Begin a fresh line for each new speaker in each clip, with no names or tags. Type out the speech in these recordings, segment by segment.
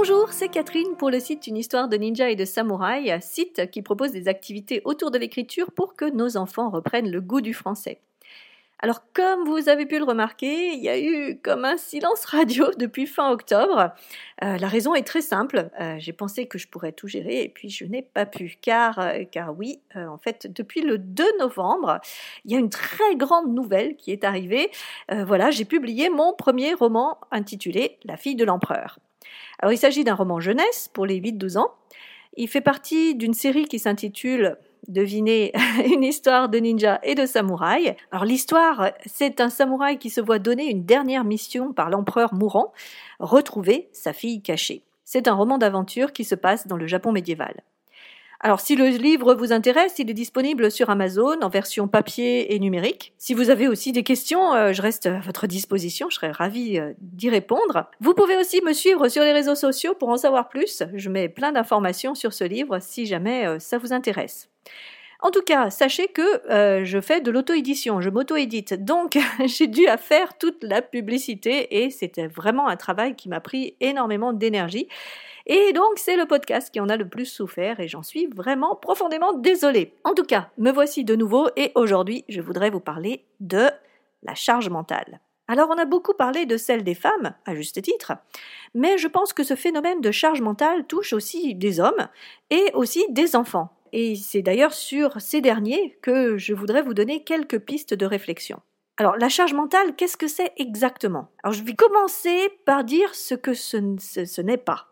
Bonjour, c'est Catherine pour le site Une histoire de ninja et de samouraï, site qui propose des activités autour de l'écriture pour que nos enfants reprennent le goût du français. Alors comme vous avez pu le remarquer, il y a eu comme un silence radio depuis fin octobre. La raison est très simple, j'ai pensé que je pourrais tout gérer et puis je n'ai pas pu car oui, en fait depuis le 2 novembre, il y a une très grande nouvelle qui est arrivée. J'ai publié mon premier roman intitulé La fille de l'empereur. Alors il s'agit d'un roman jeunesse pour les 8-12 ans. Il fait partie d'une série qui s'intitule, devinez, Une histoire de ninja et de samouraï. Alors l'histoire, c'est un samouraï qui se voit donner une dernière mission par l'empereur mourant, retrouver sa fille cachée. C'est un roman d'aventure qui se passe dans le Japon médiéval. Alors, si le livre vous intéresse, il est disponible sur Amazon en version papier et numérique. Si vous avez aussi des questions, je reste à votre disposition, je serai ravie d'y répondre. Vous pouvez aussi me suivre sur les réseaux sociaux pour en savoir plus. Je mets plein d'informations sur ce livre si jamais ça vous intéresse. En tout cas, sachez que je fais de l'auto-édition, je m'auto-édite, donc j'ai dû faire toute la publicité et c'était vraiment un travail qui m'a pris énormément d'énergie. Et donc, c'est le podcast qui en a le plus souffert et j'en suis vraiment profondément désolée. En tout cas, me voici de nouveau et aujourd'hui, je voudrais vous parler de la charge mentale. Alors, on a beaucoup parlé de celle des femmes, à juste titre, mais je pense que ce phénomène de charge mentale touche aussi des hommes et aussi des enfants. Et c'est d'ailleurs sur ces derniers que je voudrais vous donner quelques pistes de réflexion. Alors, la charge mentale, qu'est-ce que c'est exactement ? Alors, je vais commencer par dire ce que ce n'est pas.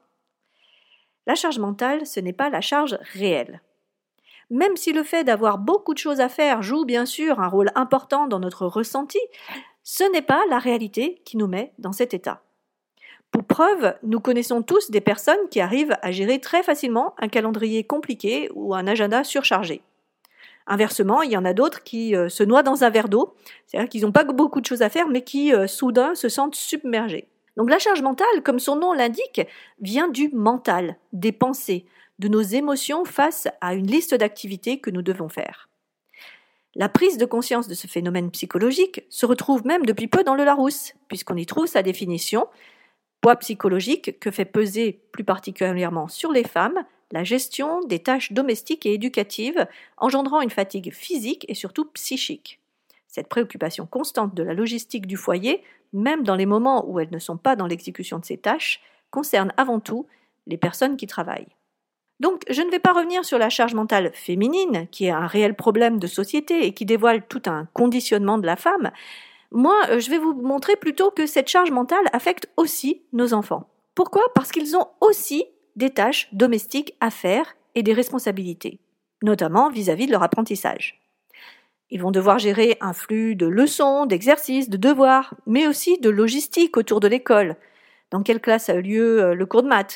La charge mentale, ce n'est pas la charge réelle. Même si le fait d'avoir beaucoup de choses à faire joue bien sûr un rôle important dans notre ressenti, ce n'est pas la réalité qui nous met dans cet état. Pour preuve, nous connaissons tous des personnes qui arrivent à gérer très facilement un calendrier compliqué ou un agenda surchargé. Inversement, il y en a d'autres qui se noient dans un verre d'eau, c'est-à-dire qu'ils n'ont pas beaucoup de choses à faire mais qui soudain se sentent submergés. Donc la charge mentale, comme son nom l'indique, vient du mental, des pensées, de nos émotions face à une liste d'activités que nous devons faire. La prise de conscience de ce phénomène psychologique se retrouve même depuis peu dans le Larousse, puisqu'on y trouve sa définition, poids psychologique que fait peser plus particulièrement sur les femmes la gestion des tâches domestiques et éducatives, engendrant une fatigue physique et surtout psychique. Cette préoccupation constante de la logistique du foyer, même dans les moments où elles ne sont pas dans l'exécution de ces tâches, concerne avant tout les personnes qui travaillent. Donc, je ne vais pas revenir sur la charge mentale féminine, qui est un réel problème de société et qui dévoile tout un conditionnement de la femme. Moi, je vais vous montrer plutôt que cette charge mentale affecte aussi nos enfants. Pourquoi ? Parce qu'ils ont aussi des tâches domestiques à faire et des responsabilités, notamment vis-à-vis de leur apprentissage. Ils vont devoir gérer un flux de leçons, d'exercices, de devoirs, mais aussi de logistique autour de l'école. Dans quelle classe a eu lieu le cours de maths ?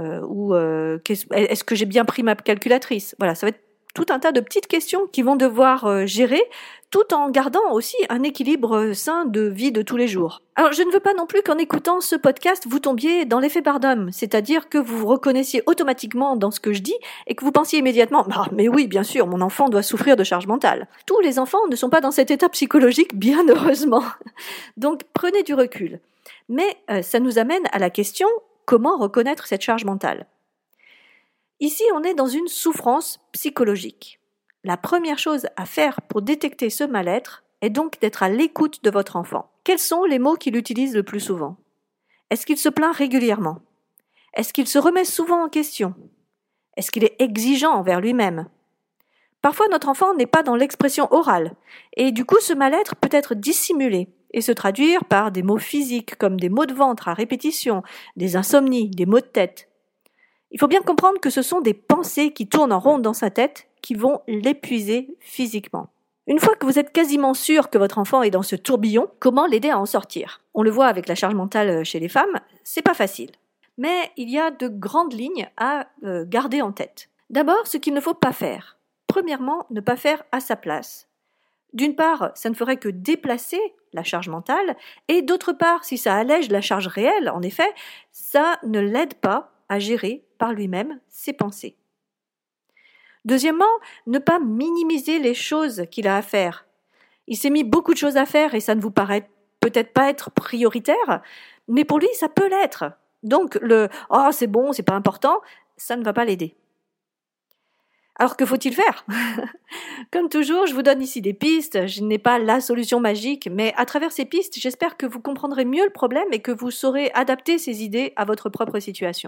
Est-ce que j'ai bien pris ma calculatrice ? Voilà, ça va être tout un tas de petites questions qu'ils vont devoir gérer, tout en gardant aussi un équilibre sain de vie de tous les jours. Alors, je ne veux pas non plus qu'en écoutant ce podcast, vous tombiez dans l'effet Bardem, c'est-à-dire que vous vous reconnaissiez automatiquement dans ce que je dis et que vous pensiez immédiatement « Ah, mais oui, bien sûr, mon enfant doit souffrir de charge mentale ». Tous les enfants ne sont pas dans cet état psychologique, bien heureusement. Donc, prenez du recul. Mais ça nous amène à la question « Comment reconnaître cette charge mentale ?» Ici, on est dans une souffrance psychologique. La première chose à faire pour détecter ce mal-être est donc d'être à l'écoute de votre enfant. Quels sont les mots qu'il utilise le plus souvent ? Est-ce qu'il se plaint régulièrement ? Est-ce qu'il se remet souvent en question ? Est-ce qu'il est exigeant envers lui-même ? Parfois, notre enfant n'est pas dans l'expression orale, et du coup, ce mal-être peut être dissimulé et se traduire par des mots physiques comme des maux de ventre à répétition, des insomnies, des maux de tête. Il faut bien comprendre que ce sont des pensées qui tournent en rond dans sa tête qui vont l'épuiser physiquement. Une fois que vous êtes quasiment sûr que votre enfant est dans ce tourbillon, comment l'aider à en sortir ? On le voit avec la charge mentale chez les femmes, c'est pas facile. Mais il y a de grandes lignes à garder en tête. D'abord, ce qu'il ne faut pas faire. Premièrement, ne pas faire à sa place. D'une part, ça ne ferait que déplacer la charge mentale, et d'autre part, si ça allège la charge réelle, en effet, ça ne l'aide pas à gérer par lui-même ses pensées. Deuxièmement, ne pas minimiser les choses qu'il a à faire. Il s'est mis beaucoup de choses à faire et ça ne vous paraît peut-être pas être prioritaire, mais pour lui, ça peut l'être. Donc le « oh c'est bon, c'est pas important », ça ne va pas l'aider. Alors que faut-il faire? Comme toujours, je vous donne ici des pistes, je n'ai pas la solution magique, mais à travers ces pistes, j'espère que vous comprendrez mieux le problème et que vous saurez adapter ces idées à votre propre situation.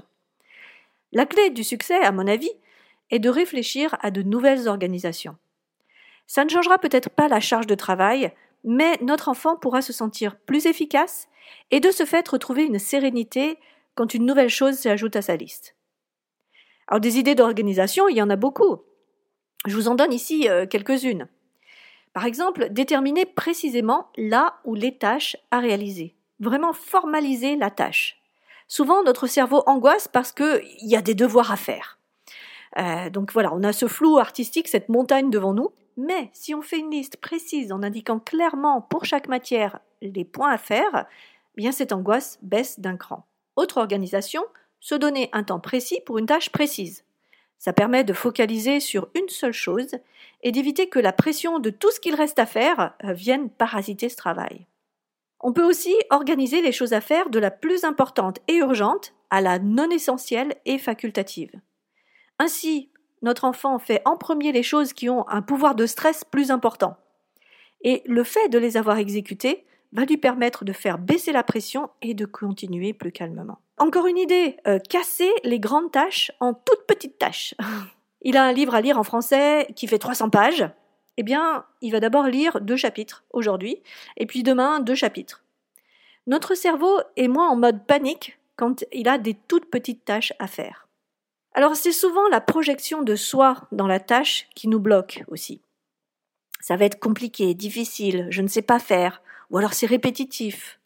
La clé du succès, à mon avis, est de réfléchir à de nouvelles organisations. Ça ne changera peut-être pas la charge de travail, mais notre enfant pourra se sentir plus efficace et de ce fait retrouver une sérénité quand une nouvelle chose s'ajoute à sa liste. Alors des idées d'organisation, il y en a beaucoup. Je vous en donne ici quelques-unes. Par exemple, déterminer précisément là où les tâches à réaliser. Vraiment formaliser la tâche. Souvent, notre cerveau angoisse parce qu'il y a des devoirs à faire. Donc voilà, on a ce flou artistique, cette montagne devant nous. Mais si on fait une liste précise en indiquant clairement pour chaque matière les points à faire, eh bien cette angoisse baisse d'un cran. Autre organisation, se donner un temps précis pour une tâche précise. Ça permet de focaliser sur une seule chose et d'éviter que la pression de tout ce qu'il reste à faire vienne parasiter ce travail. On peut aussi organiser les choses à faire de la plus importante et urgente à la non essentielle et facultative. Ainsi, notre enfant fait en premier les choses qui ont un pouvoir de stress plus important. Et le fait de les avoir exécutées va lui permettre de faire baisser la pression et de continuer plus calmement. Encore une idée, casser les grandes tâches en toutes petites tâches. Il a un livre à lire en français qui fait 300 pages. Eh bien, il va d'abord lire 2 chapitres aujourd'hui, et puis demain 2 chapitres. Notre cerveau est moins en mode panique quand il a des toutes petites tâches à faire. Alors c'est souvent la projection de soi dans la tâche qui nous bloque aussi. Ça va être compliqué, difficile, je ne sais pas faire, ou alors c'est répétitif.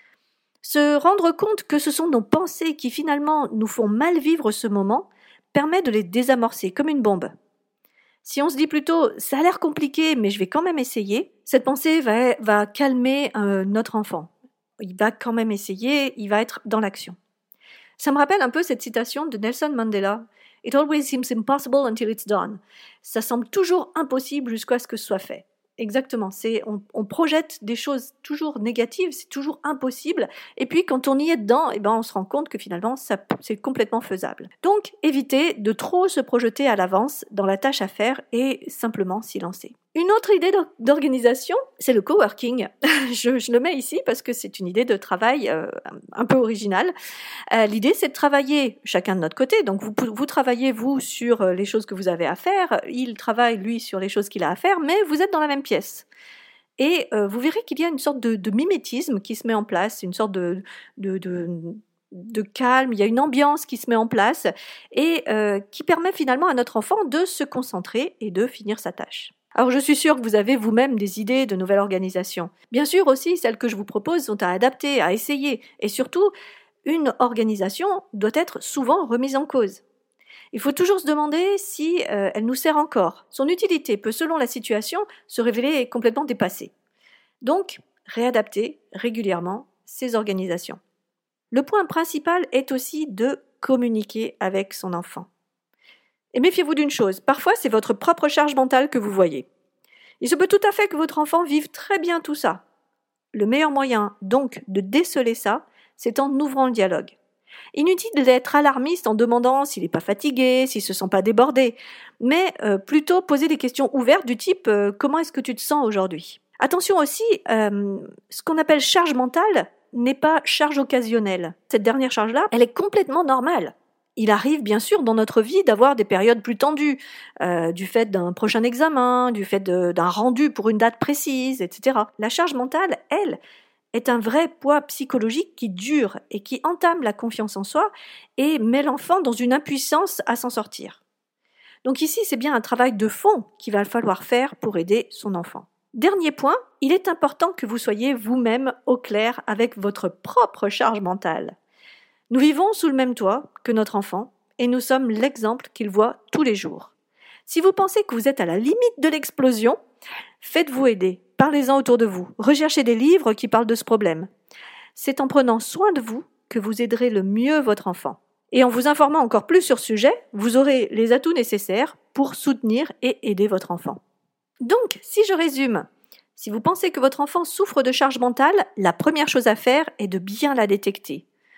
Se rendre compte que ce sont nos pensées qui finalement nous font mal vivre ce moment permet de les désamorcer comme une bombe. Si on se dit plutôt « ça a l'air compliqué mais je vais quand même essayer », cette pensée va calmer notre enfant. Il va quand même essayer, il va être dans l'action. Ça me rappelle un peu cette citation de Nelson Mandela. « It always seems impossible until it's done ». Ça semble toujours impossible jusqu'à ce que ce soit fait. Exactement, on projette des choses toujours négatives, c'est toujours impossible, et puis quand on y est dedans, on se rend compte que finalement c'est complètement faisable. Donc évitez de trop se projeter à l'avance dans la tâche à faire et simplement s'y lancer. Une autre idée d'organisation, c'est le coworking. je le mets ici parce que c'est une idée de travail un peu originale. L'idée, c'est de travailler chacun de notre côté. Donc, vous travaillez, vous, sur les choses que vous avez à faire. Il travaille, lui, sur les choses qu'il a à faire. Mais vous êtes dans la même pièce. Et vous verrez qu'il y a une sorte de mimétisme qui se met en place, une sorte de calme. Il y a une ambiance qui se met en place et qui permet finalement à notre enfant de se concentrer et de finir sa tâche. Alors je suis sûre que vous avez vous-même des idées de nouvelles organisations. Bien sûr aussi, celles que je vous propose sont à adapter, à essayer. Et surtout, une organisation doit être souvent remise en cause. Il faut toujours se demander si elle nous sert encore. Son utilité peut, selon la situation, se révéler complètement dépassée. Donc, réadapter régulièrement ces organisations. Le point principal est aussi de communiquer avec son enfant. Et méfiez-vous d'une chose, parfois c'est votre propre charge mentale que vous voyez. Il se peut tout à fait que votre enfant vive très bien tout ça. Le meilleur moyen, donc, de déceler ça, c'est en ouvrant le dialogue. Inutile d'être alarmiste en demandant s'il n'est pas fatigué, s'il ne se sent pas débordé, mais plutôt poser des questions ouvertes du type « Comment est-ce que tu te sens aujourd'hui ?» Attention aussi, ce qu'on appelle charge mentale n'est pas charge occasionnelle. Cette dernière charge-là, elle est complètement normale. Il arrive bien sûr dans notre vie d'avoir des périodes plus tendues, du fait d'un prochain examen, du fait d'un rendu pour une date précise, etc. La charge mentale, elle, est un vrai poids psychologique qui dure et qui entame la confiance en soi et met l'enfant dans une impuissance à s'en sortir. Donc ici, c'est bien un travail de fond qu'il va falloir faire pour aider son enfant. Dernier point, il est important que vous soyez vous-même au clair avec votre propre charge mentale. Nous vivons sous le même toit que notre enfant et nous sommes l'exemple qu'il voit tous les jours. Si vous pensez que vous êtes à la limite de l'explosion, faites-vous aider, parlez-en autour de vous, recherchez des livres qui parlent de ce problème. C'est en prenant soin de vous que vous aiderez le mieux votre enfant. Et en vous informant encore plus sur ce sujet, vous aurez les atouts nécessaires pour soutenir et aider votre enfant. Donc, si je résume, si vous pensez que votre enfant souffre de charge mentale, la première chose à faire est de bien la détecter.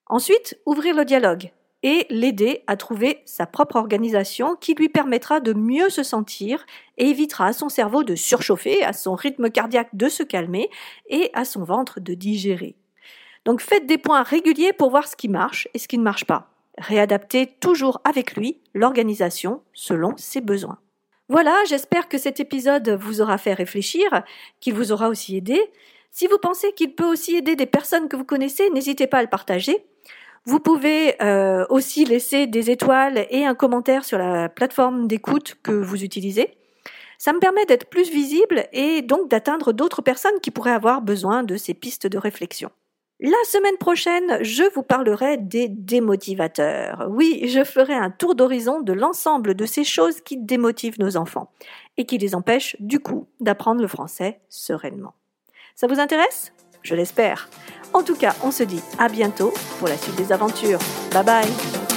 Ensuite, ouvrir le dialogue et l'aider à trouver sa propre organisation qui lui permettra de mieux se sentir et évitera à son cerveau de surchauffer, à son rythme cardiaque de se calmer et à son ventre de digérer. Donc faites des points réguliers pour voir ce qui marche et ce qui ne marche pas. Réadaptez toujours avec lui l'organisation selon ses besoins. Voilà, j'espère que cet épisode vous aura fait réfléchir, qu'il vous aura aussi aidé. Si vous pensez qu'il peut aussi aider des personnes que vous connaissez, n'hésitez pas à le partager. Vous pouvez aussi laisser des étoiles et un commentaire sur la plateforme d'écoute que vous utilisez. Ça me permet d'être plus visible et donc d'atteindre d'autres personnes qui pourraient avoir besoin de ces pistes de réflexion. La semaine prochaine, je vous parlerai des démotivateurs. Oui, je ferai un tour d'horizon de l'ensemble de ces choses qui démotivent nos enfants et qui les empêchent du coup d'apprendre le français sereinement. Ça vous intéresse ? Je l'espère. En tout cas, on se dit à bientôt pour la suite des aventures. Bye bye!